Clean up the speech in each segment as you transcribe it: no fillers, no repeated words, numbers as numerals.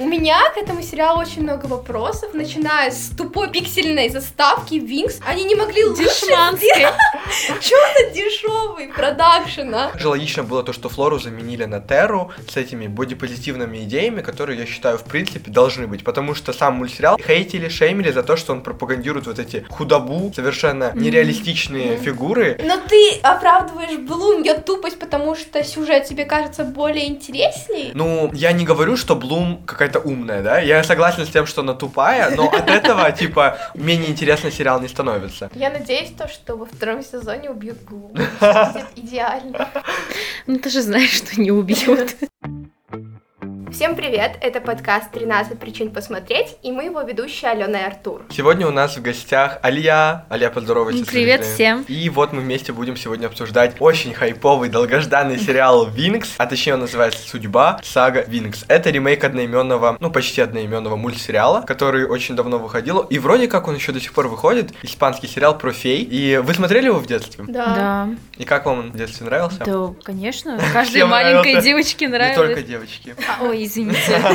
У меня к этому сериалу очень много вопросов, начиная с тупой пиксельной заставки Винкс. Они не могли лучше сделать. Чё-то дешевый продакшн, а? Также логично было то, что Флору заменили на Терру с этими бодипозитивными идеями, которые, я считаю, в принципе, должны быть. Потому что сам мультсериал хейтили, шеймили за то, что он пропагандирует вот эти худобу, совершенно нереалистичные фигуры. Но ты оправдываешь Блум, ее тупость, потому что сюжет тебе кажется более интересней? Ну, я не говорю, что Блум какая-то умная, да? Я согласен с тем, что она тупая, но от этого, типа, менее интересный сериал не становится. Я надеюсь, что во втором сезоне убьют Блум. Будет идеально. Ну, ты же знаешь, что не убьют. Всем привет, это подкаст «13 причин посмотреть», и мы его ведущие Алена и Артур. Сегодня у нас в гостях Алия. Алия, поздоровайся. Привет всем. И вот мы вместе будем сегодня обсуждать очень хайповый, долгожданный сериал «Винкс», а точнее он называется «Судьба. Сага Винкс». Это ремейк одноименного, почти одноименного мультсериала, который очень давно выходил, и вроде как он еще до сих пор выходит, испанский сериал про фей. И вы смотрели его в детстве? Да. И как вам он в детстве нравился? Да, конечно. Каждой маленькой девочке нравилось. Не только девочки. Ой, извините.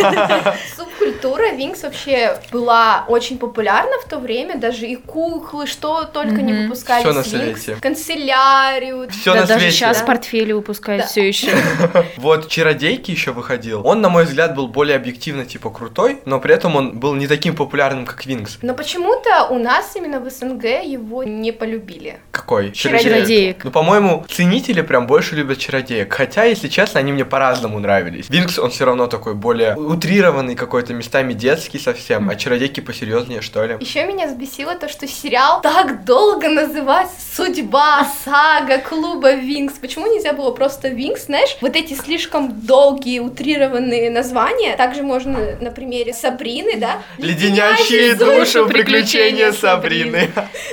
Субкультура Винкс вообще была очень популярна в то время, даже и куклы, что только не выпускали Всё на с Винкс, свете. канцелярию. Всё да, на даже свете. сейчас портфели выпускают все еще. Вот «Чародейки» еще выходил. Он, на мой взгляд, был более объективно, типа, крутой, но при этом он был не таким популярным, как Винкс. Но почему-то у нас именно в СНГ его не полюбили. Какой? Чародеек. Ну, по-моему, ценители прям больше любят чародеек. Хотя, если честно, они мне по-разному нравились. Винкс, он все равно такой более утрированный какой-то, местами детский совсем, а чародейки посерьезнее, что ли. Еще меня взбесило то, что сериал так долго называется «Судьба, сага клуба Винкс». Почему нельзя было просто Винкс, знаешь? Вот эти слишком долгие, утрированные названия. Также можно на примере Сабрины, да? «Леденящие душу приключения Сабрины».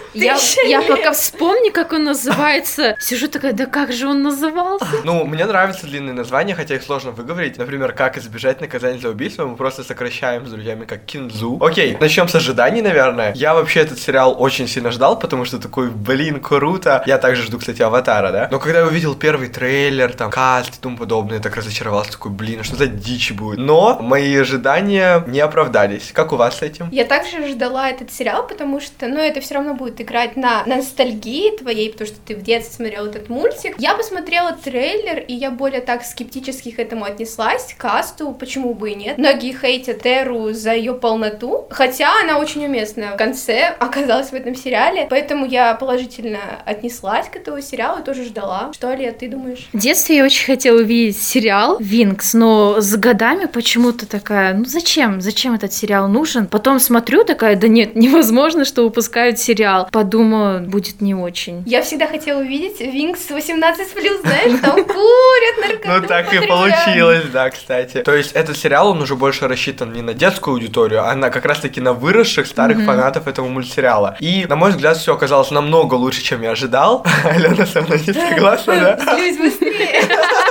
Я пока вспомню, как он называется, сижу такая, да как же он назывался? Ну, мне нравятся длинные названия, хотя их сложно выговорить. Например, «Как избежать наказания за убийство», мы просто сокращаем с друзьями как «Кинзу». Окей, начнем с ожиданий, наверное. Я вообще этот сериал очень сильно ждал, потому что такой, круто. Я также жду, кстати, «Аватара», да? Но когда я увидел первый трейлер, там, каст и тому подобное, я так разочаровался, такой, что за дичь будет. Но мои ожидания не оправдались. Как у вас с этим? Я также ждала этот сериал, потому что, это все равно будет играть на ностальгии твоей, потому что ты в детстве смотрел этот мультик. Я посмотрела трейлер, и я более так скептически к этому отнеслась, к касту, почему бы и нет. Многие хейтят Терру за ее полноту, хотя она очень уместная в конце оказалась в этом сериале, поэтому я положительно отнеслась к этому сериалу и тоже ждала. Что, Алия, ты думаешь? В детстве я очень хотела увидеть сериал Винкс, но с годами почему-то такая, зачем этот сериал нужен? Потом смотрю такая, да нет, невозможно, что выпускают сериал. Подумала, будет не очень. Я всегда хотела увидеть Винкс 18+, знаешь, там курят, наркотики. Ну так и получилось, да, кстати. То есть этот сериал, он уже больше рассчитан не на детскую аудиторию, а на как раз-таки на выросших старых фанатов этого мультсериала. И, на мой взгляд, все оказалось намного лучше, чем я ожидал. Алена со мной не согласна, да? Злюсь быстрее.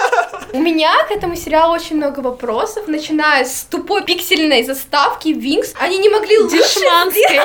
У меня к этому сериалу очень много вопросов, начиная с тупой пиксельной заставки Винкс. Они не могли лучше сделать.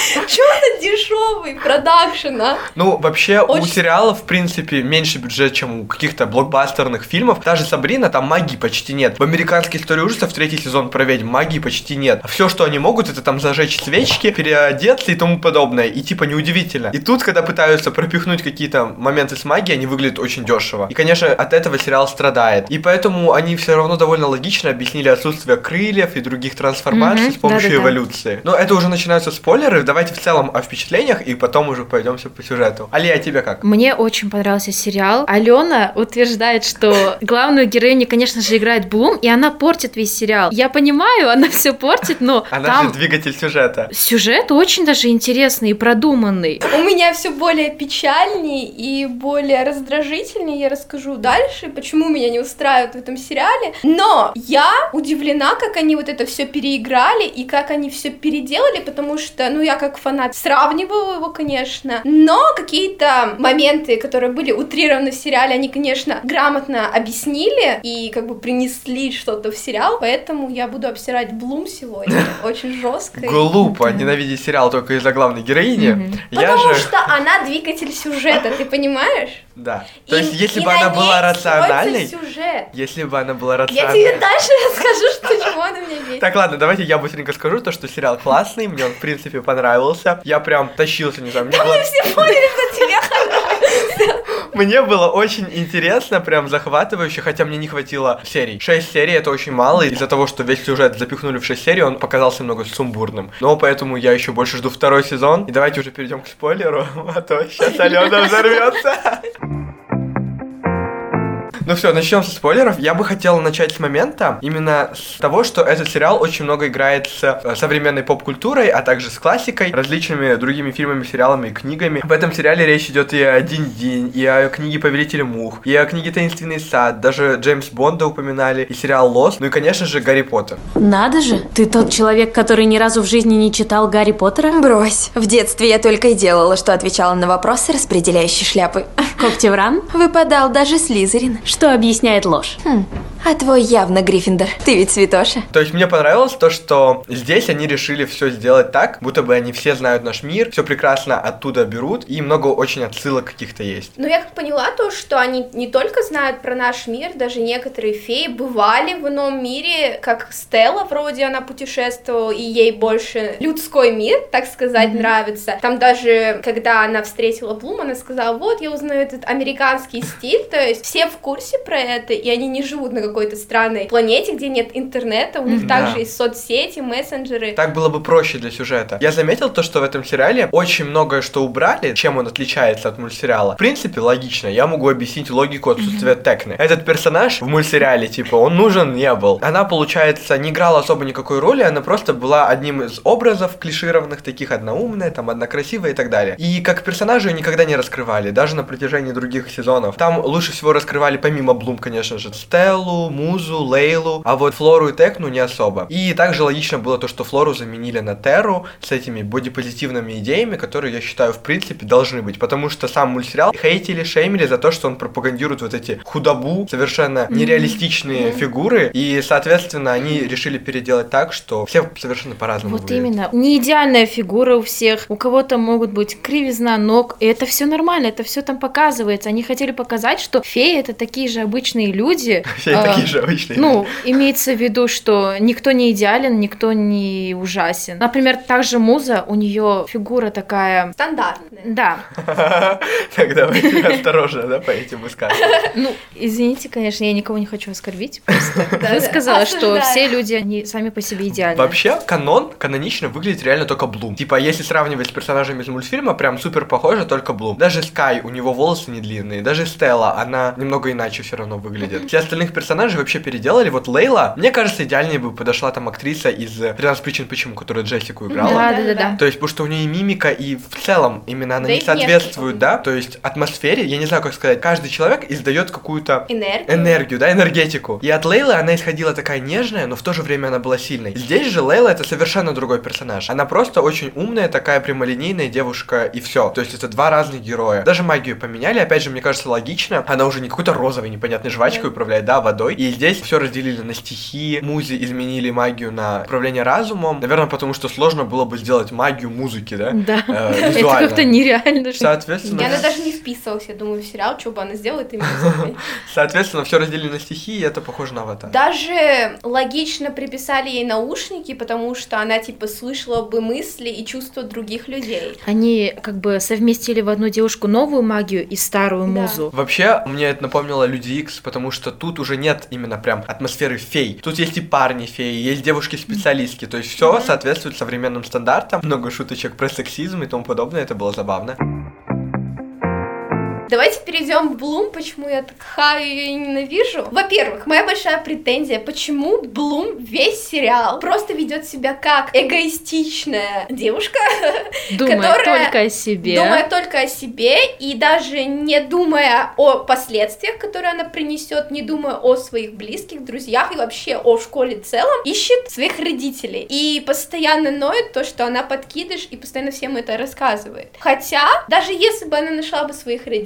Чё-то дешевый продакшн, а? Ну, вообще, у сериалов, в принципе, меньше бюджет, чем у каких-то блокбастерных фильмов. Даже «Сабрина», там магии почти нет. В «Американской истории ужасов» 3-й сезон про ведьм магии почти нет. Все, что они могут, это там зажечь свечки, переодеться и тому подобное. И типа неудивительно. И тут, когда пытаются пропихнуть какие-то моменты с магией, они выглядят очень дешево. И, конечно, от этого сериал страдает. И поэтому они все равно довольно логично объяснили отсутствие крыльев и других трансформаций с помощью эволюции. Но это уже начинаются спойлеры. Давайте в целом о впечатлениях, и потом уже пойдемся по сюжету. Алия, тебе как? Мне очень понравился сериал. Алена утверждает, что главную героиню, конечно же, играет Блум, и она портит весь сериал. Я понимаю, она все портит, но она там же двигатель сюжета. Сюжет очень даже интересный и продуманный. У меня все более печальней и более раздражительней. Я расскажу дальше, почему меня не устраивает в этом сериале. Но я удивлена, как они вот это все переиграли и как они все переделали, потому что, я как фанат сравниваю его, конечно, но какие-то моменты, которые были утрированы в сериале, они, конечно, грамотно объяснили и как бы принесли что-то в сериал, поэтому я буду обсирать Блум сегодня очень жестко. Глупо ненавидеть сериал только из-за главной героини. Потому что она двигатель сюжета, ты понимаешь? Да. То есть, если бы она была рациональной, сюжет. Если бы она была Я рациональной... тебе дальше расскажу, что Вот у меня весь. Так, ладно, давайте я быстренько скажу, то, что сериал классный, мне он, в принципе, понравился. Я прям тащился, не знаю, Мы все поняли, что тебя. Мне было очень интересно, прям захватывающе, хотя мне не хватило серий. 6 серий — это очень мало, из-за того, что весь сюжет запихнули в 6 серий, он показался немного сумбурным. Но поэтому я еще больше жду второй сезон. И давайте уже перейдем к спойлеру, а то сейчас Алена взорвется. Ну все, начнем со спойлеров. Я бы хотел начать с момента, именно с того, что этот сериал очень много играет с современной поп-культурой, а также с классикой, различными другими фильмами, сериалами и книгами. В этом сериале речь идет и о Динь-Динь, и о книге «Повелитель мух», и о книге «Таинственный сад», даже Джеймс Бонда упоминали, и сериал «Лост», ну и, конечно же, Гарри Поттер. Надо же, ты тот человек, который ни разу в жизни не читал Гарри Поттера? Брось. В детстве я только и делала, что отвечала на вопросы распределяющей шляпы. Когтевран? Выпадал даже Слизерин. Что объясняет ложь? А твой явно Гриффиндор. Ты ведь святоша. То есть мне понравилось то, что здесь они решили все сделать так, будто бы они все знают наш мир, все прекрасно оттуда берут, и много очень отсылок каких-то есть. Ну, я как поняла то, что они не только знают про наш мир, даже некоторые феи бывали в ином мире, как Стелла вроде, она путешествовала, и ей больше людской мир, так сказать, нравится. Там даже, когда она встретила Блум, она сказала, вот, я узнаю этот американский стиль, то есть все в курсе про это, и они не живут на какой-то странной планете, где нет интернета, у них также есть соцсети, мессенджеры. Так было бы проще для сюжета. Я заметил то, что в этом сериале очень многое что убрали, чем он отличается от мультсериала. В принципе, логично, я могу объяснить логику отсутствия Текны. Этот персонаж в мультсериале, типа, он нужен не был. Она, получается, не играла особо никакой роли, она просто была одним из образов клишированных, таких одна умная, там, одна красивая и так далее. И как персонажа ее никогда не раскрывали, даже на протяжении других сезонов. Там лучше всего раскрывали, помимо Блум, конечно же, Стеллу, Музу, Лейлу, а вот Флору и Текну не особо. И также логично было то, что Флору заменили на Терру с этими бодипозитивными идеями, которые, я считаю, в принципе, должны быть, потому что сам мультсериал хейтили, шеймили за то, что он пропагандирует вот эти худобу, совершенно нереалистичные фигуры, и, соответственно, они решили переделать так, что все совершенно по-разному Вот выглядят. именно. Не идеальная фигура у всех, у кого-то могут быть кривизна ног, и это все нормально, это все там показывается. Они хотели показать, что феи — это такие же обычные люди. Все такие же обычные. Ну, имеется в виду, что никто не идеален, никто не ужасен. Например, также Муза, у нее фигура такая... Стандартная. Да. Так, давайте осторожно, да, по этим высказываниям. Ну, извините, конечно, я никого не хочу оскорбить, просто я сказала, что осуждаю. все люди, они сами по себе идеальны. Вообще, канонично выглядит реально только Блум. Типа, если сравнивать с персонажами из мультфильма, прям супер похоже только Блум. Даже Скай, у него волосы не длинные, даже Стелла, она немного иначе все равно выглядит. Все остальных персонажей вообще переделали. Вот Лейла, мне кажется, идеальнее бы подошла там актриса из 13 причин почему, которая Джессику играла. Да. То есть, потому что у нее и мимика, и в целом именно она Да не и внешне. соответствует, да, то есть атмосфере, я не знаю, как сказать, каждый человек издает какую-то энергию, да, энергетику. И от Лейлы она исходила такая нежная, но в то же время она была сильной. Здесь же Лейла — это совершенно другой персонаж. Она просто очень умная, такая прямолинейная девушка, и все. То есть это два разных героя. Даже магию поменяли, опять же, мне кажется, логично. Она уже не какой-то розовой непонятной жвачкой управляет, да, водой. И здесь все разделили на стихии. Музе изменили магию на управление разумом. Наверное, потому что сложно было бы сделать магию музыки, да? Да, это Визуально. как-то нереально. Соответственно, И она даже не вписывалась, я думаю, в сериал, что бы она сделала, это именно. соответственно, все разделили на стихии, и это похоже на Аватар. Даже логично приписали ей наушники, потому что она, типа, слышала бы мысли и чувства других людей. Они как бы совместили в одну девушку новую магию и старую Да. Музу. Вообще, мне это напомнило Люди Икс, потому что тут уже нет именно прям атмосферы фей. Тут есть и парни феи, есть девушки-специалистки, то есть все соответствует современным стандартам. Много шуточек про сексизм и тому подобное, это было забавно. Давайте перейдем к Блум, почему я так хаю ее и ненавижу. Во-первых, моя большая претензия, почему Блум весь сериал просто ведет себя как эгоистичная девушка, Думая которая только о себе. думая только о себе и даже не думая о последствиях, которые она принесет, не думая о своих близких, друзьях и вообще о школе в целом, ищет своих родителей. И постоянно ноет то, что она подкидыш, и постоянно всем это рассказывает. Хотя, даже если бы она нашла бы своих родителей,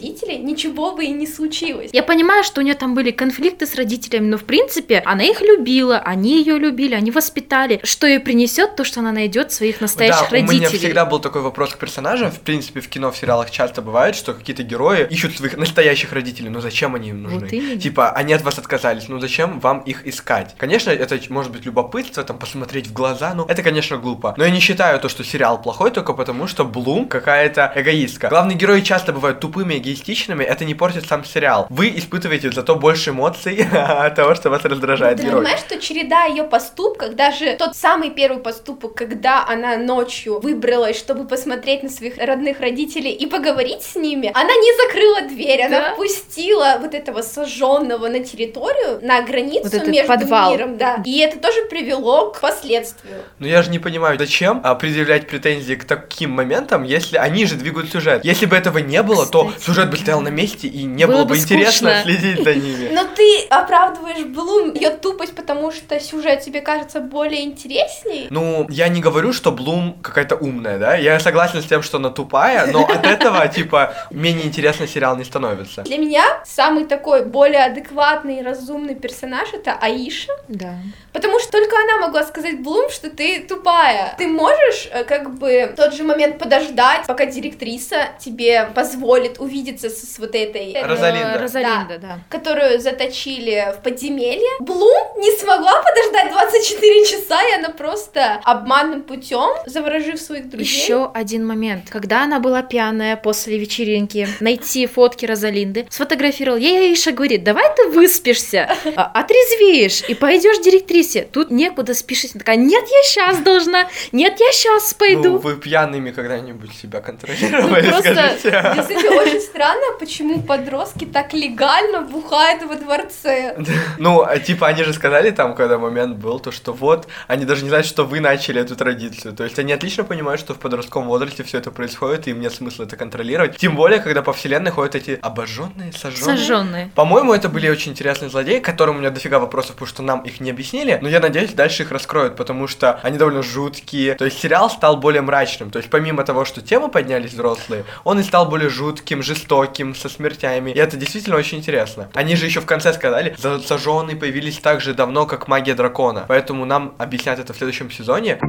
родителей, ничего бы и не случилось. Я понимаю, что у нее там были конфликты с родителями, но в принципе она их любила, они ее любили, они воспитали. Что ей принесет то, что она найдет своих настоящих родителей? У меня всегда был такой вопрос к персонажам. В принципе, в кино, в сериалах часто бывает, что какие-то герои ищут своих настоящих родителей. Ну зачем они им нужны? Вот типа, они от вас отказались, ну зачем вам их искать? Конечно, это может быть любопытство, там, посмотреть в глаза, ну, это, конечно, глупо. Но я не считаю то, что сериал плохой только потому, что Блум какая-то эгоистка. Главные герои часто бывают тупыми, эгоистичными, это не портит сам сериал. Вы испытываете зато больше эмоций от того, что вас раздражает Ты герой. понимаешь, что череда ее поступков, даже тот самый первый поступок, когда она ночью выбралась, чтобы посмотреть на своих родных родителей и поговорить с ними, она не закрыла дверь, она впустила вот этого сожженного на территорию, на границу вот между подвал. миром, да. И это тоже привело к последствию. Но я же не понимаю, зачем предъявлять претензии к таким моментам, если они же двигают сюжет. Если бы этого не было, то сюжет бы стоял на месте и не было бы интересно следить за ними. Но ты оправдываешь Блум, ее тупость, потому что сюжет тебе кажется более интересней? Ну, я не говорю, что Блум какая-то умная, да? Я согласен с тем, что она тупая, но от этого, типа, менее интересный сериал не становится. Для меня самый такой более адекватный и разумный персонаж — это Аиша. Да. Потому что только она могла сказать Блум, что ты тупая. Ты можешь, как бы, в тот же момент подождать, пока директриса тебе позволит увидеться с вот этой... Розалинда, да. Которую заточили в подземелье. Блум не смогла подождать 24 часа, и она просто обманным путем, заворожив своих друзей. Еще один момент. Когда она была пьяная после вечеринки, найти фотки Розалинды, сфотографировал. Ей Аиша говорит: давай ты выспишься, отрезвеешь и пойдешь к директрисе. Тут некуда спешить. Она такая: нет, я сейчас должна, нет, я сейчас пойду. Ну, вы пьяными когда-нибудь себя контролировали, Просто, скажите? кстати, очень странно, почему подростки так легально бухают во дворце. Ну, типа, они же сказали там, когда момент был, то что вот, они даже не знают, что вы начали эту традицию. То есть они отлично понимают, что в подростковом возрасте все это происходит, и им нет смысла это контролировать. Тем более, когда по вселенной ходят эти обожженные, сожженные. По-моему, это были очень интересные злодеи, к которым у меня дофига вопросов, потому что нам их не объяснили. Но я надеюсь, дальше их раскроют, потому что они довольно жуткие. То есть сериал стал более мрачным. То есть помимо того, что темы поднялись взрослые, он и стал более жутким, жестоким, со смертями. И это действительно очень интересно. Они же еще в конце сказали, сожженные появились так же давно, как магия дракона. Поэтому нам объяснят это в следующем сезоне.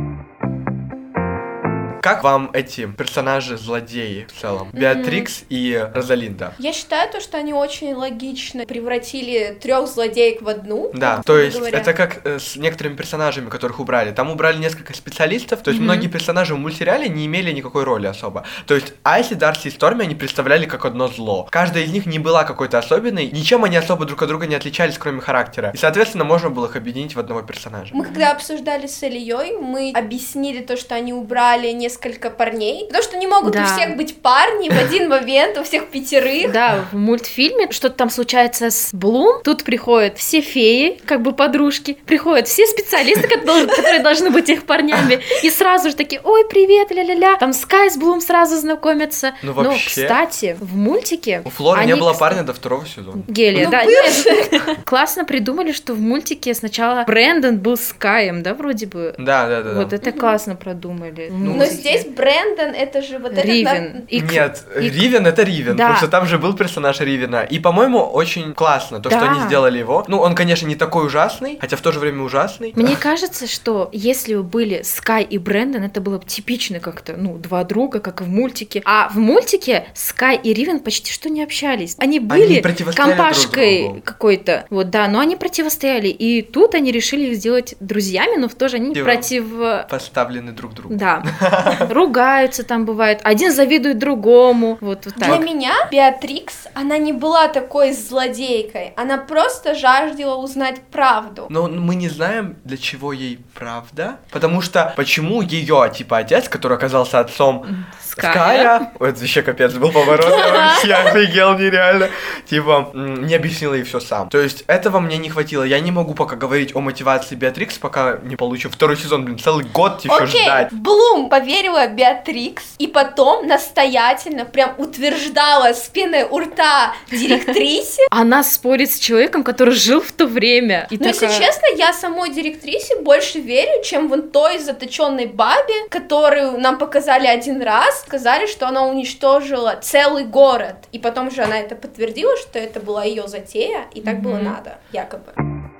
Как вам эти персонажи-злодеи в целом? Беатрикс и Розалинда. Я считаю то, что они очень логично превратили 3 злодеек в одну. Да, то есть это как с некоторыми персонажами, которых убрали. Там убрали несколько специалистов, то есть многие персонажи в мультсериале не имели никакой роли особо. То есть Айси, Дарси и Сторми они представляли как одно зло. Каждая из них не была какой-то особенной, ничем они особо друг от друга не отличались, кроме характера. И, соответственно, можно было их объединить в одного персонажа. Мы когда обсуждали с Ильей, мы объяснили то, что они убрали несколько парней, потому что не могут у всех быть парни в один момент, у всех 5. Да, в мультфильме что-то там случается с Блум, тут приходят все феи, как бы подружки, приходят все специалисты, которые должны быть их парнями, и сразу же такие: ой, привет, ля-ля-ля, там Скай с Блум сразу знакомятся. Ну, вообще... Но, кстати, в мультике... У Флоры не было парня до 2-го сезона. Гелия, да. Классно придумали, что в мультике сначала Брэндон был Скаем, да, вроде бы? Да. Вот это классно продумали. Но здесь Брэндон, это же вот Ривен. этот... Нет, Ривен это Ривен, потому что там же был персонаж Ривена. И, по-моему, очень классно то, что они сделали его. Ну, он, конечно, не такой ужасный, хотя в то же время ужасный. Мне кажется, что если бы были Скай и Брэндон, это было бы типично как-то, 2 друга, как и в мультике. А в мультике Скай и Ривен почти что не общались. Они были компашкой какой-то. Вот, да, но они противостояли. И тут они решили их сделать друзьями, но в то же они поставлены друг другу. Да. Ругаются там бывает. Один завидует другому. Вот так. Для меня Беатрикс, она не была такой злодейкой. Она просто жаждала узнать правду. Но мы не знаем, для чего ей правда. Потому что почему ее, типа, отец, который оказался отцом Ская, это вообще капец был поворот, я вообще офигел нереально. Типа, не объяснил ей все сам. То есть этого мне не хватило. Я не могу пока говорить о мотивации Беатрикс, пока не получу 2-й сезон, целый год еще ждать. Блум, поверь верила Беатрикс и потом настоятельно прям утверждала с пеной у рта директрисе. Она спорит с человеком, который жил в то время. И Но если честно, я самой директрисе больше верю, чем вон той заточенной бабе, которую нам показали один раз, сказали, что она уничтожила целый город. И потом же она это подтвердила, что это была ее затея, и так было надо, якобы.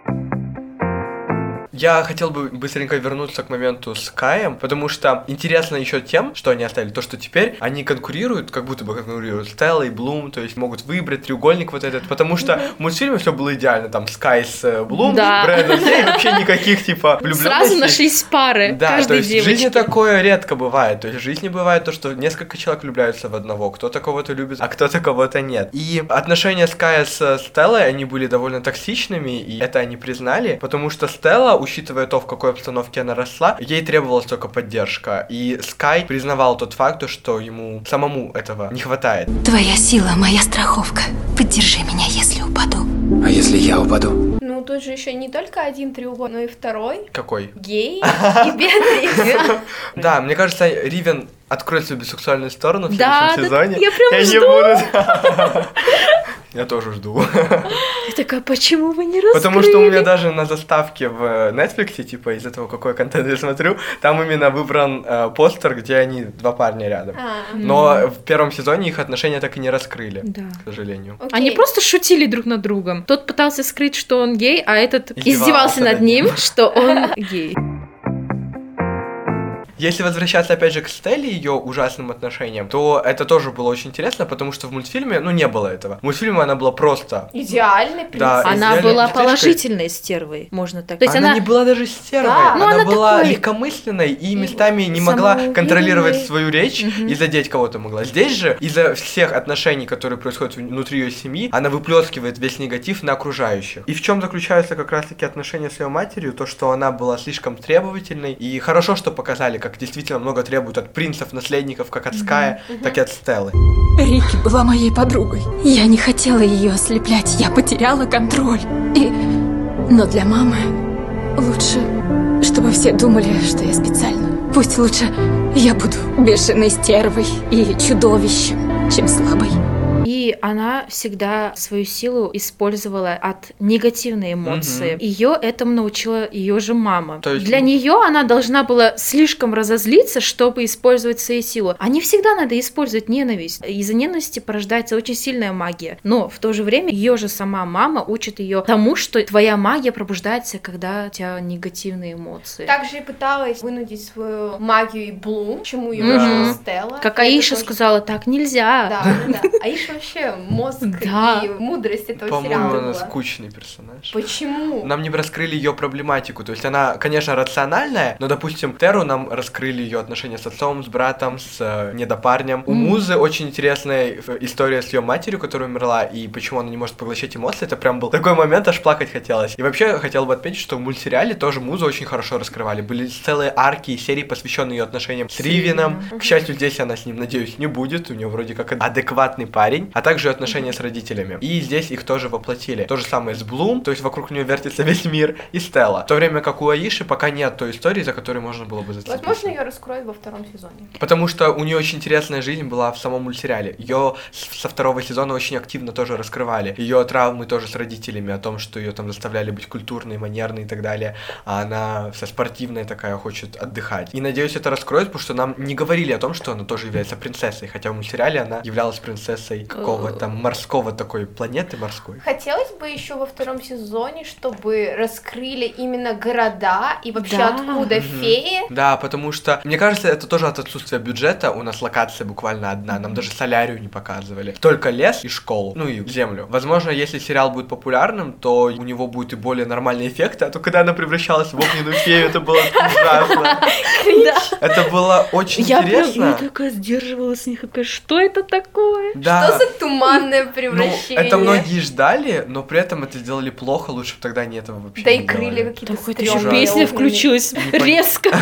Я хотел бы быстренько вернуться к моменту с Каем, потому что интересно еще тем, что они оставили, то, что теперь они конкурируют, как будто бы конкурируют Стелла и Блум, то есть могут выбрать треугольник вот этот, потому что в мультфильме все было идеально, там Скай с Блум, Брэндон Сей, вообще никаких типа влюбленностей. Сразу нашлись пары. Да, то есть в жизни такое редко бывает, то есть в жизни бывает то, что несколько человек влюбляются в одного, кто-то кого-то любит, а кто-то кого-то нет. И отношения Ская с Стеллой, они были довольно токсичными, и это они признали, потому что Стелла, учитывая то, в какой обстановке она росла, ей требовалась только поддержка. И Скай признавал тот факт, что ему самому этого не хватает. Твоя сила, моя страховка. Поддержи меня, если упаду. А если я упаду? Ну, тут же еще не только один треугольник, но и второй. Какой? Гей и Беатрикс. Да, мне кажется, Ривен откроет свою бисексуальную сторону в следующем сезоне. Я прям жду. Я тоже жду. Я такая, почему вы не раскрыли? Потому что у меня даже на заставке в Netflix, типа, из-за того, какой контент я смотрю, там именно выбран постер, где они два парня рядом. Но в первом сезоне их отношения так и не раскрыли, к сожалению. Они просто шутили друг над другом. Тот пытался скрыть, что он гей, а этот издевался над ним, что он гей. Если возвращаться опять же к Стелле и ее ужасным отношениям, то это тоже было очень интересно, потому что в мультфильме, не было этого. В мультфильме она была просто... Идеальной принцессой. Она была положительной стервой, можно так. То есть она не была даже стервой, Да. она была легкомысленной и местами не могла контролировать свою речь и задеть кого-то могла. Здесь же из-за всех отношений, которые происходят внутри ее семьи, она выплескивает весь негатив на окружающих. И в чем заключаются как раз-таки отношения с ее матерью, то, что она была слишком требовательной, и хорошо, что показали, как действительно много требуют от принцев-наследников, как от Ская, так и от Стеллы. Рики была моей подругой. Я не хотела ее ослеплять, я потеряла контроль. Но для мамы лучше, чтобы все думали, что я специально. Пусть лучше я буду бешеной стервой и чудовищем, чем слабой. И она всегда свою силу использовала от негативной эмоции. Ее этому научила ее же мама. То есть... Для нее она должна была слишком разозлиться, чтобы использовать свою силу. А не всегда надо использовать ненависть. Из-за ненависти порождается очень сильная магия. Но в то же время ее же сама мама учит ее тому, что твоя магия пробуждается, когда у тебя негативные эмоции. Также и пыталась вынудить свою магию и Блум, чему ее учила Стелла. Как Аиша сказала, так нельзя. Да. Аиша вообще мозг и мудрость этого сериала. По-моему, она скучный персонаж. Почему? Нам не раскрыли ее проблематику. То есть она, конечно, рациональная, но, допустим, Теру нам раскрыли ее отношения с отцом, с братом, с недопарнем. У Музы очень интересная история с ее матерью, которая умерла, и почему она не может поглощать эмоции. Это прям был такой момент, аж плакать хотелось. И вообще, хотел бы отметить, что в мультсериале тоже Музу очень хорошо раскрывали. Были целые арки и серии, посвященные ее отношениям с Ривеном. К счастью, здесь она с ним, надеюсь, не будет. У нее вроде как адекватный парень. А также отношения с родителями. И здесь их тоже воплотили. То же самое с Блум, то есть вокруг нее вертится весь мир, и Стелла. В то время как у Аиши пока нет той истории, за которой можно было бы зацепиться. Возможно, ее раскроют во втором сезоне. Потому что у нее очень интересная жизнь была в самом мультсериале. Ее со второго сезона очень активно тоже раскрывали. Ее травмы тоже с родителями, о том, что ее там заставляли быть культурной, манерной и так далее. А она вся спортивная такая, хочет отдыхать. И надеюсь, это раскроют, потому что нам не говорили о том, что она тоже является принцессой. Хотя в мультсериале она являлась принцессой какого-то морского такой планеты морской. Хотелось бы еще во втором сезоне, чтобы раскрыли именно города и вообще откуда феи. Да, потому что, мне кажется, это тоже от отсутствия бюджета. У нас локация буквально одна. Нам даже солярию не показывали. Только лес и школу. Ну и землю. Возможно, если сериал будет популярным, то у него будет и более нормальные эффекты. А то, когда она превращалась в огненную фею, это было ужасно. Это было очень интересно. Я такая сдерживалась, не такая, что это такое? Да. Что за Туманное Ну, превращение. это многие ждали, но при этом это сделали плохо, лучше бы тогда они этого вообще Да не и крылья делали. какие-то Там какая-то еще стрёмные, песня огненные. включилась резко.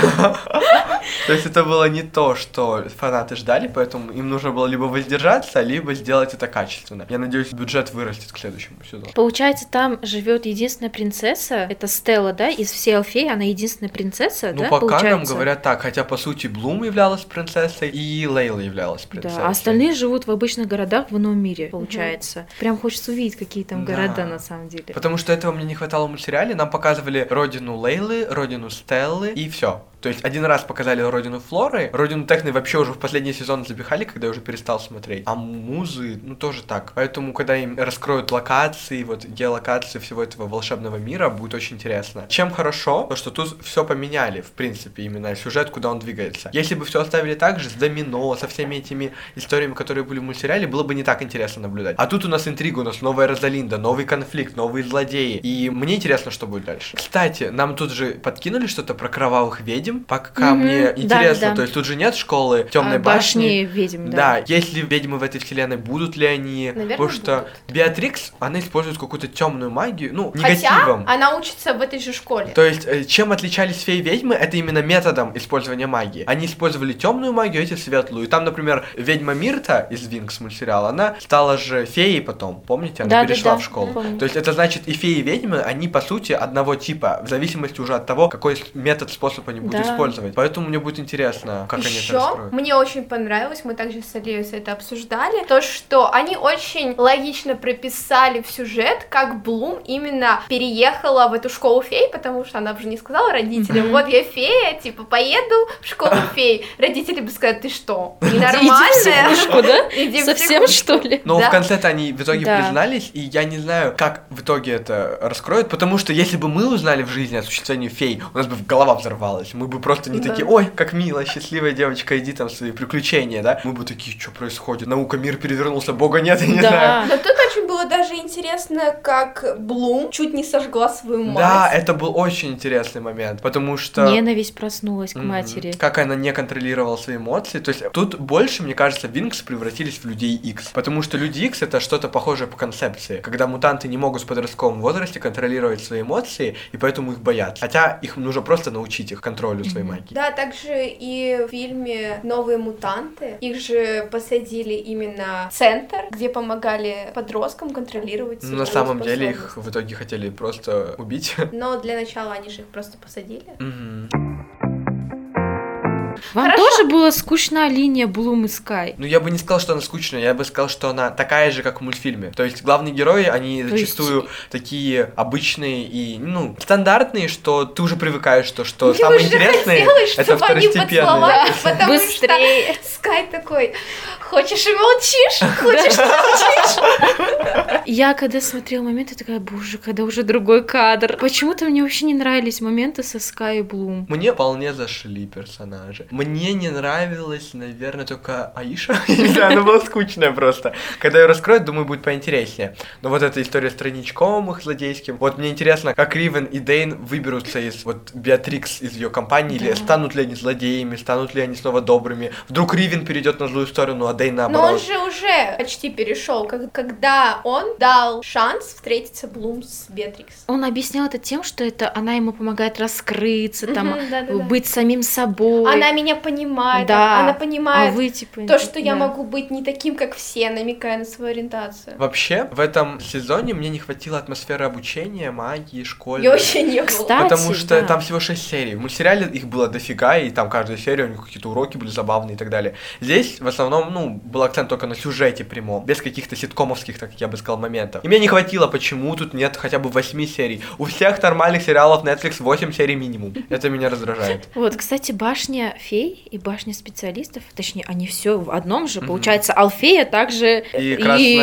То есть это было не то, что фанаты ждали, поэтому им нужно было либо воздержаться, либо сделать это качественно. Я надеюсь, бюджет вырастет к следующему сезону. Получается, там живет единственная принцесса, это Стелла, да? Из всей Алфеи она единственная принцесса, Ну, да, пока нам получается? говорят так, хотя, по сути, Блум являлась принцессой, и Лейла являлась принцессой. Да, а остальные живут в обычных городах в ином мире, получается. Прям хочется увидеть, какие там Да. города на самом деле. Потому что этого мне не хватало в мультсериале. Нам показывали родину Лейлы, родину Стеллы, и все. То есть один раз показали родину Флоры, родину Техны вообще уже в последний сезон запихали, когда я уже перестал смотреть. А музы, ну тоже так. Поэтому, когда им раскроют локации, вот геолокации всего этого волшебного мира, будет очень интересно. Чем хорошо, то что тут все поменяли, в принципе, именно сюжет, куда он двигается. Если бы все оставили так же, с Домино, со всеми этими историями, которые были в мультсериале, было бы не так интересно наблюдать. А тут у нас интрига, у нас новая Розалинда, новый конфликт, новые злодеи. И мне интересно, что будет дальше. Кстати, нам тут же подкинули что-то про кровавых ведьм. Пока мне интересно, да. то есть тут же нет школы Темной башни. ведьм, Да, если ведьмы в этой вселенной, будут ли они? Наверное, Потому что будут. Беатрикс, она использует какую-то темную магию, ну, Хотя негативом. она учится в этой же школе. То есть, чем отличались феи-ведьмы, это именно методом использования магии. Они использовали темную магию, эти светлую. И там, например, ведьма Мирта из Винкс мультсериала, она стала же феей потом, помните? Она перешла в школу. помню. То есть это значит, и феи, и ведьмы, они по сути одного типа, в зависимости уже от того, какой метод, способ они будут Да. использовать. Поэтому мне будет интересно, как они это Еще раскроют. мне очень понравилось, мы также с Алией это обсуждали, то, что они очень логично прописали в сюжет, как Блум именно переехала в эту школу фей, потому что она же не сказала родителям, вот я фея, типа, поеду в школу фей. Родители бы сказали, ты что, Иди в ненормальная? психушку, да? Иди в Совсем, психушку. что ли? Но Да. в конце-то они в итоге Да. признались, и я не знаю, как в итоге это раскроют, потому что если бы мы узнали в жизни о существовании фей, у нас бы голова взорвалась, мы бы просто не Да. такие, ой, как мило, счастливая девочка, иди там в свои приключения, да? Мы бы такие, что происходит? Наука, мир перевернулся, бога нет, я не знаю. Но тут очень было даже интересно, как Блум чуть не сожгла свою мать. Да, это был очень интересный момент, потому что... Ненависть проснулась к Мгм. матери. Как она не контролировала свои эмоции. То есть тут больше, мне кажется, Винкс превратились в людей Икс. Потому что люди Икс это что-то похожее по концепции. Когда мутанты не могут в подростковом возрасте контролировать свои эмоции, и поэтому их боятся. Хотя их нужно просто научить их контролю своей магии. Да, также и в фильме «Новые мутанты» их же посадили именно в центр, где помогали подросткам контролировать Ну, на свою самом деле их способность. в итоге хотели просто убить. Но для начала они же их просто посадили. Мгм. Вам Хорошо. тоже была скучна линия Блум и Скай? Ну, я бы не сказал, что она скучная, я бы сказал, что она такая же, как в мультфильме. То есть главные герои, они То есть- зачастую такие обычные и, ну, стандартные, что ты уже привыкаешь, что Мне самое уже интересное хотелось, это чтобы они второстепенное. поцеловались, потому Быстрее. что Скай такой, хочешь и молчишь, хочешь и молчишь. Я когда смотрела моменты, такая, боже, когда уже другой кадр. Почему-то мне вообще не нравились моменты со Скай и Блум. Мне вполне зашли персонажи. Мне не нравилась, наверное, только Аиша. Я не знаю, она была скучная просто. Когда ее раскроют, думаю, будет поинтереснее. Но вот эта история с тройничком их злодейским. Вот мне интересно, как Ривен и Дейн выберутся из вот Беатрикс из ее компании, или станут ли они злодеями, станут ли они снова добрыми. Вдруг Ривен перейдет на злую сторону, а Дейн Но он наоборот. же уже почти перешел, когда он дал шанс встретиться Блум с Беатрикс. Он объяснял это тем, что это она ему помогает раскрыться, там, Мгм, да-да-да. быть самим собой. Она меня понимает, Да. она А понимает вы, типа... то, что я да. могу быть не таким, как все, намекая на свою ориентацию. Вообще, в этом сезоне мне не хватило атмосферы обучения, магии, школы. Ее вообще не было. Кстати, Потому что да. там всего 6 серий. В мультсериале их было дофига, и там каждая серия, у них какие-то уроки были забавные и так далее. Здесь в основном, ну, был акцент только на сюжете прямом, без каких-то ситкомовских, так я бы сказал, моментов. И мне не хватило, почему тут нет хотя бы 8 серий. У всех нормальных сериалов Netflix 8 серий минимум. Это меня раздражает. Вот, кстати, башня фей и башня специалистов, точнее, они все в одном же. Получается, Алфея также И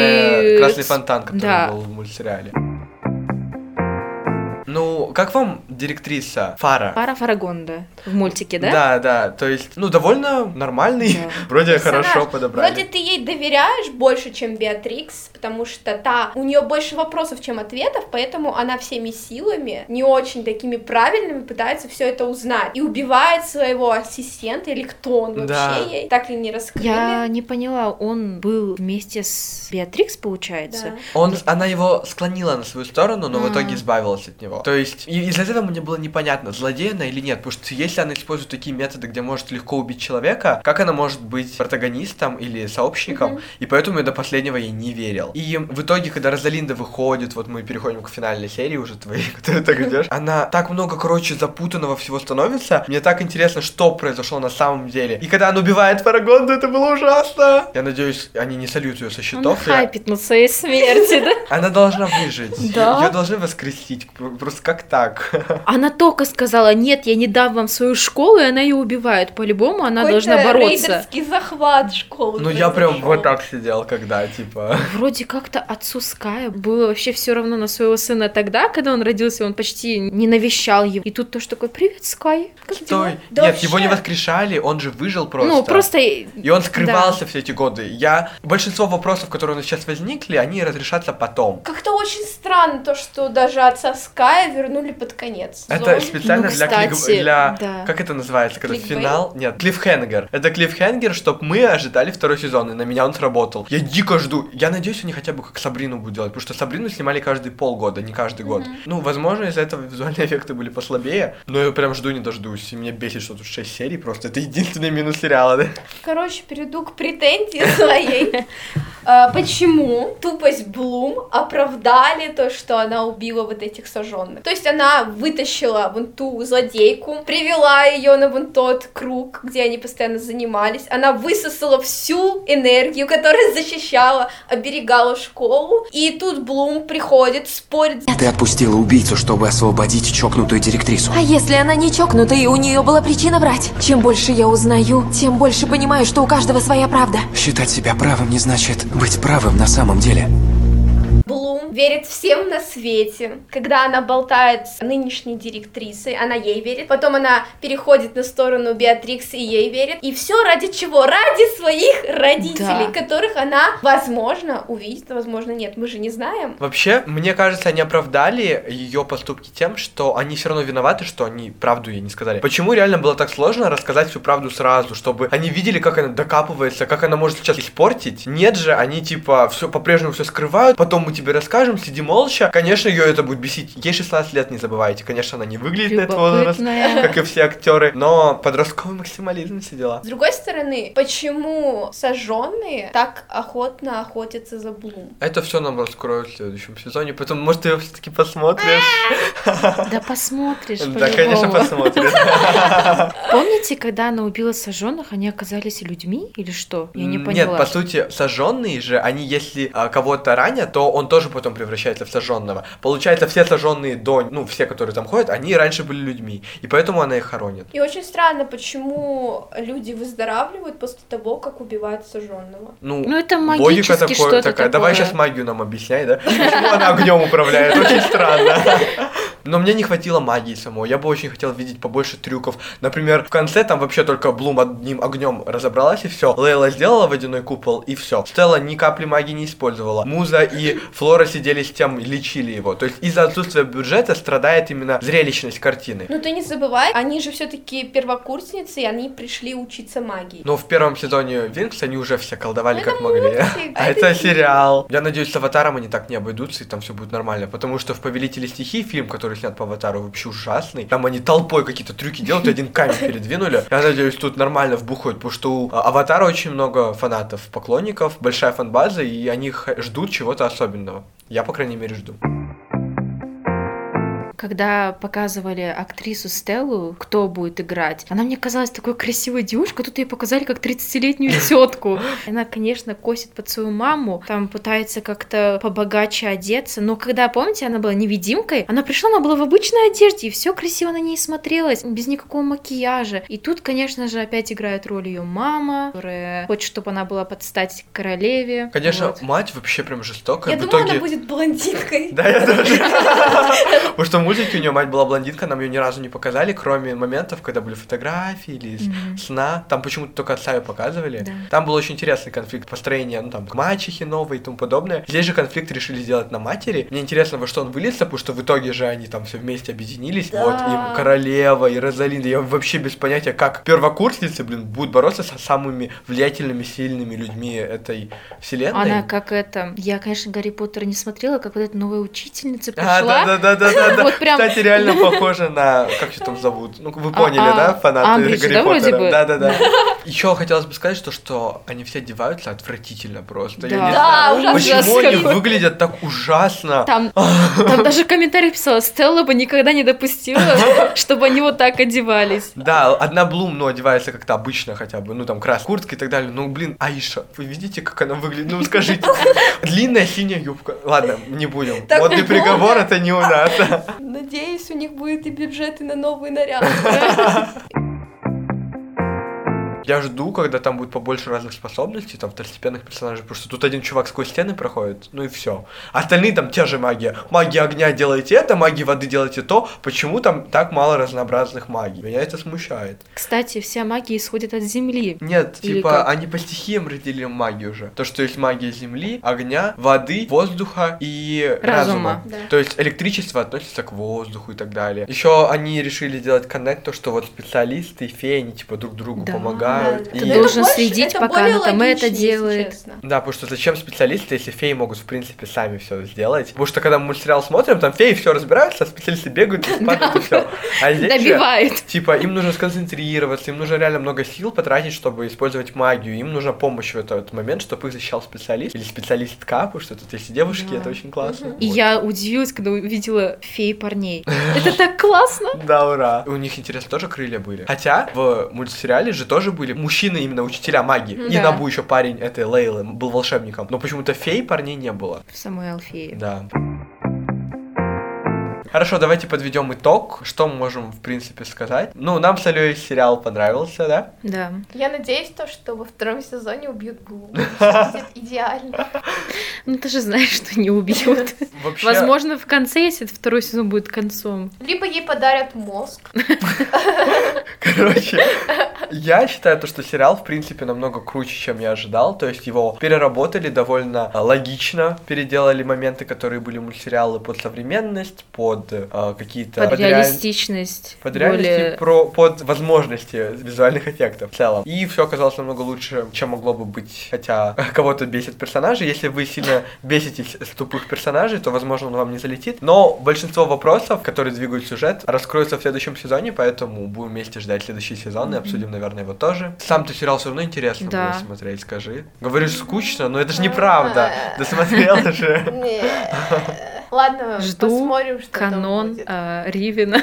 красный фонтан, который Да. был в мультсериале. Ну, как вам директриса Фара. Фара Фарагонда в мультике, да? Да, то есть, довольно нормальный, Да. вроде Персонаж. хорошо подобрали. Вроде ты ей доверяешь больше, чем Беатрикс, потому что у нее больше вопросов, чем ответов, поэтому она всеми силами, не очень такими правильными, пытается все это узнать. И убивает своего ассистента, или кто он вообще Да. ей, так и не раскрыли. Я не поняла, он был вместе с Беатрикс, получается? Да. Она его склонила на свою сторону, но в А. итоге избавилась от него. То есть, из-за этого мне было непонятно, злодей она или нет, потому что если она использует такие методы, где может легко убить человека, как она может быть протагонистом или сообщником, и поэтому я до последнего ей не верил. И в итоге, когда Розалинда выходит, вот мы переходим к финальной серии уже твоей, которую ты так ждешь, она так много, запутанного всего становится, мне так интересно, что произошло на самом деле. И когда она убивает Фарагонду, это было ужасно. Я надеюсь, они не сольют ее со Он счетов. хайпит на своей смерти, да? Она должна выжить. Да. Ее должны воскресить. Просто как так? Она только сказала, нет, я не дам вам свою школу, и она ее убивает. По-любому она должна Какой-то бороться. рейдерский захват школы. Ну я прям произошел. вот так сидел, когда, типа... Вроде как-то отцу Ская было вообще все равно на своего сына тогда, когда он родился, он почти не навещал его. И тут тоже такой, привет, Скай. Как дела?» Стой. Да Нет, вообще. его не воскрешали, он же выжил просто. Ну, просто... И он скрывался все эти годы. Большинство вопросов, которые у нас сейчас возникли, они разрешатся потом. Как-то очень странно то, что даже отца Ская вернули под конец. Это сезона. специально Ну, для, кстати, да. Как это называется, когда Кликбейт? финал? Нет, клиффхенгер. Это клиффхенгер, чтобы мы ожидали второй сезон, и на меня он сработал. Я дико жду. Я надеюсь, они хотя бы как Сабрину будут делать, потому что Сабрину снимали каждые полгода, не каждый год. Ну, возможно, из-за этого визуальные эффекты были послабее, но я прям жду не дождусь. И меня бесит, что тут 6 серий, просто это единственный минус сериала, да? Короче, перейду к претензии своей. Почему тупость Блум оправдали то, что она убила вот этих сожженных? То есть она вытащила вон ту злодейку, привела ее на вон тот круг, где они постоянно занимались. Она высосала всю энергию, которая защищала, оберегала школу. И тут Блум приходит, спорит. Ты отпустила убийцу, чтобы освободить чокнутую директрису. А если она не чокнутая, и у нее была причина врать? Чем больше я узнаю, тем больше понимаю, что у каждого своя правда. Считать себя правым не значит быть правым на самом деле. Блум верит всем на свете. Когда она болтает с нынешней директрисой, она ей верит. Потом она переходит на сторону Беатрикс и ей верит. И все ради чего? Ради своих родителей, Да. которых она, возможно, увидит, а возможно, нет. Мы же не знаем. Вообще, мне кажется, они оправдали ее поступки тем, что они все равно виноваты, что они правду ей не сказали. Почему реально было так сложно рассказать всю правду сразу, чтобы они видели, как она докапывается, как она может сейчас испортить? Нет же, они типа все по-прежнему все скрывают, потом мы тебе расскажем, сиди молча. Конечно, ее это будет бесить. Ей 16 лет, не забывайте. Конечно, она не выглядит на этот возраст, Любопытная. как и все актеры, но подростковый максимализм, все дела. С другой стороны, почему сожженные так охотно охотятся за Блум? Это все нам раскроют в следующем сезоне, поэтому, может, ты его все-таки посмотришь? Да посмотришь, Да, конечно, по-любому. посмотришь. Помните, когда она убила сожженных, они оказались людьми или что? Я не поняла. Нет, по сути, сожженные же, они если кого-то ранят, то он тоже потом превращается в сожженного. Получается, все сожженные все, которые там ходят, они раньше были людьми, и поэтому она их хоронит. И очень странно, почему люди выздоравливают после того, как убивают сожженного. Ну, это логика магически что-то такая. Давай такое. сейчас магию нам объясняй, да? Почему она огнем управляет? Очень странно. Но мне не хватило магии самой. Я бы очень хотел видеть побольше трюков. Например, в конце там вообще только Блум одним огнем разобралась и все. Лейла сделала водяной купол и все. Стелла ни капли магии не использовала. Муза и Флора сидели с тем и лечили его. То есть из-за отсутствия бюджета страдает именно зрелищность картины. Но ты не забывай, они же все-таки первокурсницы, и они пришли учиться магии. Но в первом сезоне Винкс они уже все колдовали Это как могли. мультик, А а это это сериал. Я надеюсь, с Аватаром они так не обойдутся, и там все будет нормально. Потому что в Повелителе стихий фильм, который снят по Аватару, вообще ужасный. Там они толпой какие-то трюки делают, и один камень передвинули. Я надеюсь, тут нормально вбухают, потому что у Аватара очень много фанатов, поклонников, большая фан-база, и они ждут чего-то особенного. Я, по крайней мере, жду. Когда показывали актрису Стеллу, кто будет играть, она мне казалась такой красивой девушкой, тут ей показали как 30-летнюю тетку. Она, конечно, косит под свою маму, там пытается как-то побогаче одеться, но когда, помните, она была невидимкой, она пришла, она была в обычной одежде, и все красиво на ней смотрелось, без никакого макияжа. И тут, конечно же, опять играет роль ее мама, которая хочет, чтобы она была под стать королеве. Конечно, Вот. мать вообще прям жестокая. Я В думала, итоге... она будет блондинкой. Да, я тоже. Потому что в музыке у нее мать была блондинка, нам ее ни разу не показали, кроме моментов, когда были фотографии или из сна. Там почему-то только отца ее показывали. Да. Там был очень интересный конфликт построения, ну там, к мачехе новой и тому подобное. Здесь же конфликт решили сделать на матери. Мне интересно, во что он выльется, потому что в итоге же они там все вместе объединились. Да. Вот, и Королева, и Розалинда. Я вообще без понятия, как первокурсницы, будут бороться со самыми влиятельными, сильными людьми этой вселенной. Она как это... Я, конечно, Гарри Поттера не смотрела, как вот эта новая учительница А, пришла. да. Вот прям... Кстати, реально похоже на... Как ее там зовут? Ну, вы поняли, да, фанаты Амбридж, Гарри да, вроде Поттера? бы? Да. Еще хотелось бы сказать, что они все одеваются отвратительно просто. Я Да. не Да, знаю, ужасно. почему они Какой. выглядят так ужасно. Там даже комментарий писала, Стелла бы никогда не допустила, чтобы они вот так одевались. Да, одна Блум, ну, одевается как-то обычно хотя бы, ну, там, красная куртка и так далее. Ну, блин, Аиша, вы видите, как она выглядит? Ну, скажите. Длинная синяя юбка. Ладно, не будем. Так Модный приговор — это не у нас. Надеюсь, у них будет и бюджеты на новый наряд. Я жду, когда там будет побольше разных способностей, там, второстепенных персонажей, потому что тут один чувак сквозь стены проходит, ну и все. Остальные там те же магия. Магия огня делайте это, магия воды делайте то. Почему там так мало разнообразных магий? Меня это смущает. Кстати, вся магия исходит от земли. Нет, Или типа, как? они по стихиям разделили магию уже. То, что есть магия земли, огня, воды, воздуха и разума. Да. То есть электричество относится к воздуху и так далее. Еще они решили делать коннект, то, что вот специалисты и феи, они типа друг другу Да. помогают. Ты И- должен следить, это пока более она там это логичнее, если делает. честно. Да, потому что зачем специалисты, если феи могут, в принципе, сами все сделать? Потому что когда мы мультсериал смотрим, там феи все разбираются, а специалисты бегают, падают и все. А здесь же, Добивает. типа, им нужно сконцентрироваться, им нужно реально много сил потратить, чтобы использовать магию. Им нужна помощь в этот момент, чтобы их защищал специалист или специалистка, потому что тут есть и девушки, Да. это очень классно. И Вот. я удивилась, когда увидела феи парней. Это так классно. Да, ура. У них, интересно, тоже крылья были. Хотя в мультсериале же тоже были мужчины, именно учителя магии. И Да. Набу еще парень этой Лейлы был волшебником. Но почему-то фей парней не было. В самой Алфее. Да. Хорошо, давайте подведем итог. Что мы можем, в принципе, сказать? Ну, нам с Алёей сериал понравился, да? Да. Я надеюсь, что во втором сезоне убьют Блум. Будет идеально. Ну ты же знаешь, что не убьют. Вообще, Возможно, в конце, если второй сезон будет концом. Либо ей подарят мозг. короче, я считаю, то, что сериал, в принципе, намного круче, чем я ожидал. То есть его переработали довольно логично, переделали моменты, которые были мультсериалы под современность, под какие-то... Под реалистичность. Под реальности, более- под возможности визуальных эффектов в целом. И все оказалось намного лучше, чем могло бы быть. Хотя кого-то бесит персонажи. Если вы сильно беситесь с тупых персонажей, то, возможно, он вам не залетит. Но большинство вопросов, которые двигают сюжет, раскроются в следующем сезоне, поэтому будем вместе ждать следующий сезон и обсудим, наверное, его тоже. Сам-то сериал все равно интересно Да. было смотреть, скажи. Говоришь, скучно, но это же неправда. Досмотрела же. Не. Ладно, Жду посмотрим, что там канон будет. Ривена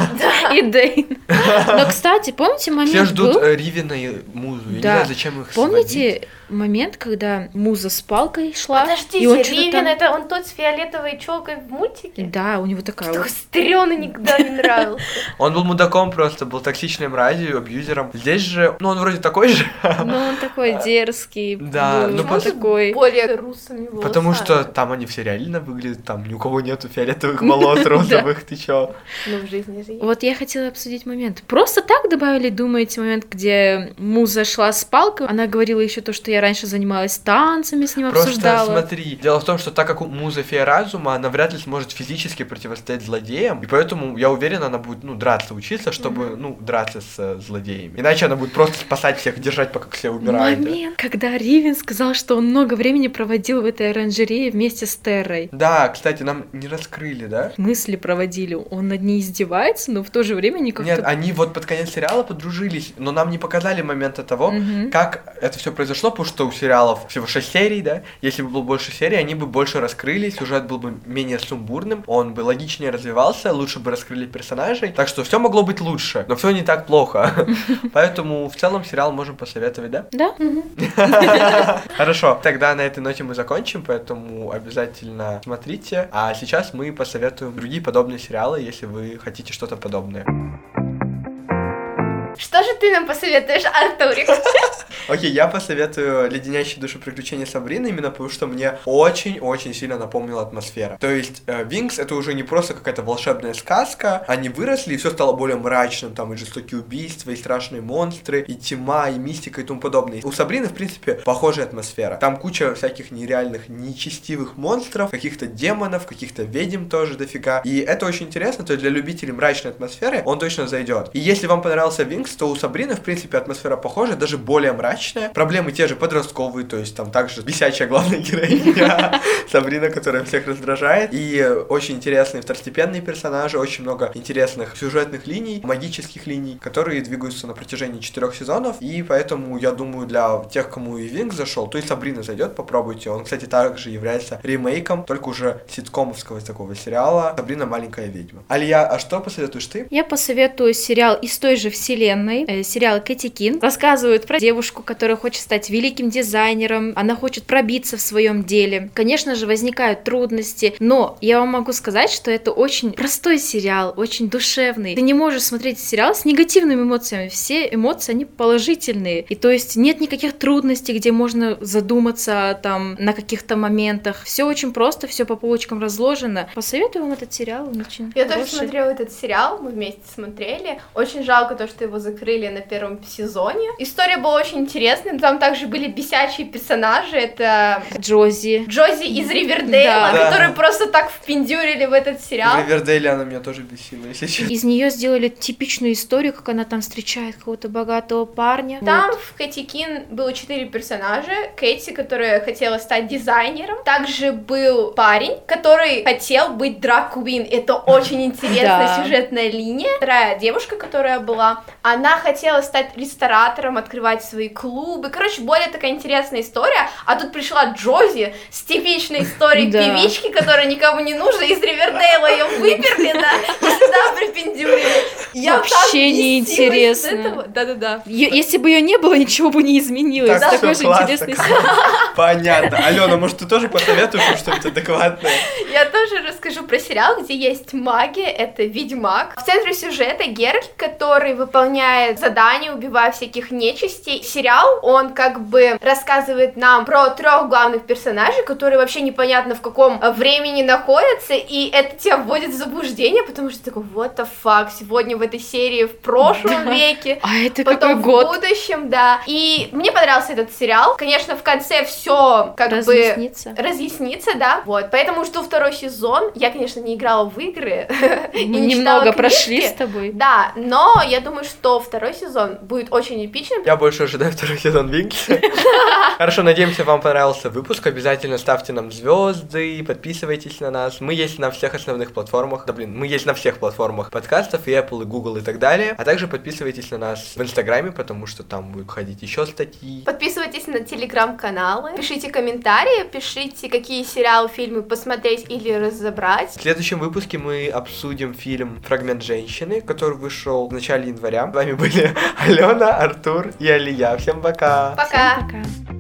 и Дейн. Но, кстати, помните момент Все ждут был? Ривена и Музу. Я не Да. знаю, зачем их сводить. Помните момент, когда Муза с палкой шла? и Подождите, он что-то Ривен, там- это он тот с фиолетовой челкой в мультике? Да, у него такая Такой вот... стрёмный, никогда не нравился. Он был мудаком просто, был токсичным мразью, абьюзером. Здесь же, ну он вроде такой же, Ну, он такой дерзкий. Да, был, ну, он такой... Более русыми волосами. потому что там они все реально выглядят, там ни у кого нету фиолетовых волос розовых, ты чё? Ну, в жизни же есть. Вот я хотела обсудить момент. Просто так добавили, думаете, момент, где Муза шла с палкой? Она говорила еще то, что я раньше занималась танцами, с ним Просто обсуждала. смотри, дело в том, что так как у Муза фея разума, она вряд ли сможет физически противостоять злодеям, и поэтому, я уверен, она будет, ну, драться учиться, чтобы, ну, драться с злодеями. Иначе она будет просто спасать всех, держать, пока все умирают. Момент, когда Ривен сказал, что он много времени проводил в этой оранжерее вместе с Террой. Да, кстати, нам не раскрыли, да? Мысли проводили. Он над ней издевается, но в то же время не как-то... Нет, они вот под конец сериала подружились, но нам не показали момента того, Мгм. как это все произошло, потому что у сериалов всего 6 серий, да? Если бы было больше серий, они бы больше раскрылись, сюжет был бы менее сумбурным, он бы логичнее развивался, лучше бы раскрыли персонажей. Так что все могло быть лучше, но все не так плохо. Поэтому в целом сериал можем посоветовать, да? Да? Хорошо, тогда на этой ноте мы закончим, поэтому обязательно смотрите. А сейчас мы посоветуем другие подобные сериалы, если вы хотите что-то подобное. Что же же ты нам посоветуешь, Артурик? Окей, я посоветую «Леденящие душу приключения Сабрины», именно потому что мне очень-очень сильно напомнила атмосфера. То есть Винкс — это уже не просто какая-то волшебная сказка, они выросли, и все стало более мрачным, там и жестокие убийства, и страшные монстры, и тьма, и мистика, и тому подобное. У Сабрины, в принципе, похожая атмосфера. Там куча всяких нереальных, нечестивых монстров, каких-то демонов, каких-то ведьм тоже дофига. И это очень интересно, то есть для любителей мрачной атмосферы он точно зайдет. И если вам понравился Винкс, то у Сабрины, в принципе, атмосфера похожая, даже более мрачная. Проблемы те же подростковые, то есть там также бесячая главная героиня Сабрина, которая всех раздражает. И очень интересные второстепенные персонажи, очень много интересных сюжетных линий, магических линий, которые двигаются на протяжении 4 сезонов. И поэтому, я думаю, для тех, кому и Винкс зашел, то и Сабрина зайдет, попробуйте. Он, кстати, также является ремейком, только уже ситкомовского такого сериала «Сабрина маленькая ведьма». Алия, а что посоветуешь ты? Я посоветую сериал из той же вселенной, сериал Кэти Кин. Рассказывают про девушку, которая хочет стать великим дизайнером, она хочет пробиться в своем деле. Конечно же, возникают трудности, но я вам могу сказать, что это очень простой сериал, очень душевный. Ты не можешь смотреть сериал с негативными эмоциями, все эмоции, они положительные. И то есть нет никаких трудностей, где можно задуматься там на каких-то моментах. Все очень просто, все по полочкам разложено. Посоветую вам этот сериал, он очень Я хороший. тоже смотрела этот сериал, мы вместе смотрели. Очень жалко то, что его закрыли на первом сезоне. История была очень интересная, но там также были бесячие персонажи. Это Джози из Ривердейла, Да. которые просто так впендюрили в этот сериал. В Ривердейле она меня тоже бесила, если честно. Из нее сделали типичную историю, как она там встречает какого-то богатого парня. Там Вот. в Кэти Кин было 4 персонажа. Кэти, которая хотела стать дизайнером. Также был парень, который хотел быть драг-квин. Это очень интересная Да. сюжетная линия. Вторая девушка, которая была, она хотела стать ресторатором, открывать свои клубы. Короче, более такая интересная история. А тут пришла Джози с типичной историей Да. певички, которая никому не нужна. Из Ривердейла ее выперли, да, и сюда припендюрили. Я Вообще так бесилась неинтересно. от этого. Да-да-да. Если бы ее не было, ничего бы не изменилось. Так, Такой всё, же класс, интересный так. сериал. Понятно. Алена, может, ты тоже посоветуешь нам что-нибудь адекватное? Я тоже расскажу про сериал, где есть магия, это Ведьмак. В центре сюжета Геральт, который выполняет задания, убивая всяких нечистей. Сериал, он как бы рассказывает нам про 3 главных персонажей, которые вообще непонятно в каком времени находятся, и это тебя вводит в заблуждение, потому что ты такой, what the fuck, сегодня в этой серии в прошлом веке, А это какой потом в год? будущем, да. И мне понравился этот сериал. Конечно, в конце все как бы разъяснится, да. Вот, поэтому жду 2 сезон. Я, конечно, не играла в игры. и Мы не читала немного книжки. прошли с тобой. Да, но я думаю, что 2 сезон будет очень эпичным. Я больше ожидаю 2 сезон Винкса. Хорошо, надеемся, вам понравился выпуск. Обязательно ставьте нам звезды, подписывайтесь на нас. Мы есть на всех основных платформах. Да блин, мы есть на всех платформах подкастов, и Apple, и Google, и так далее. А также подписывайтесь на нас в Инстаграме, потому что там будут ходить еще статьи. Подписывайтесь на телеграм-каналы, пишите комментарии, пишите, какие сериалы, фильмы посмотреть или разобрать. В следующем выпуске мы обсудим фильм «Фрагмент женщины», который вышел в начале января. С вами были Алена, Артур и Алия. Всем пока! Пока! Пока.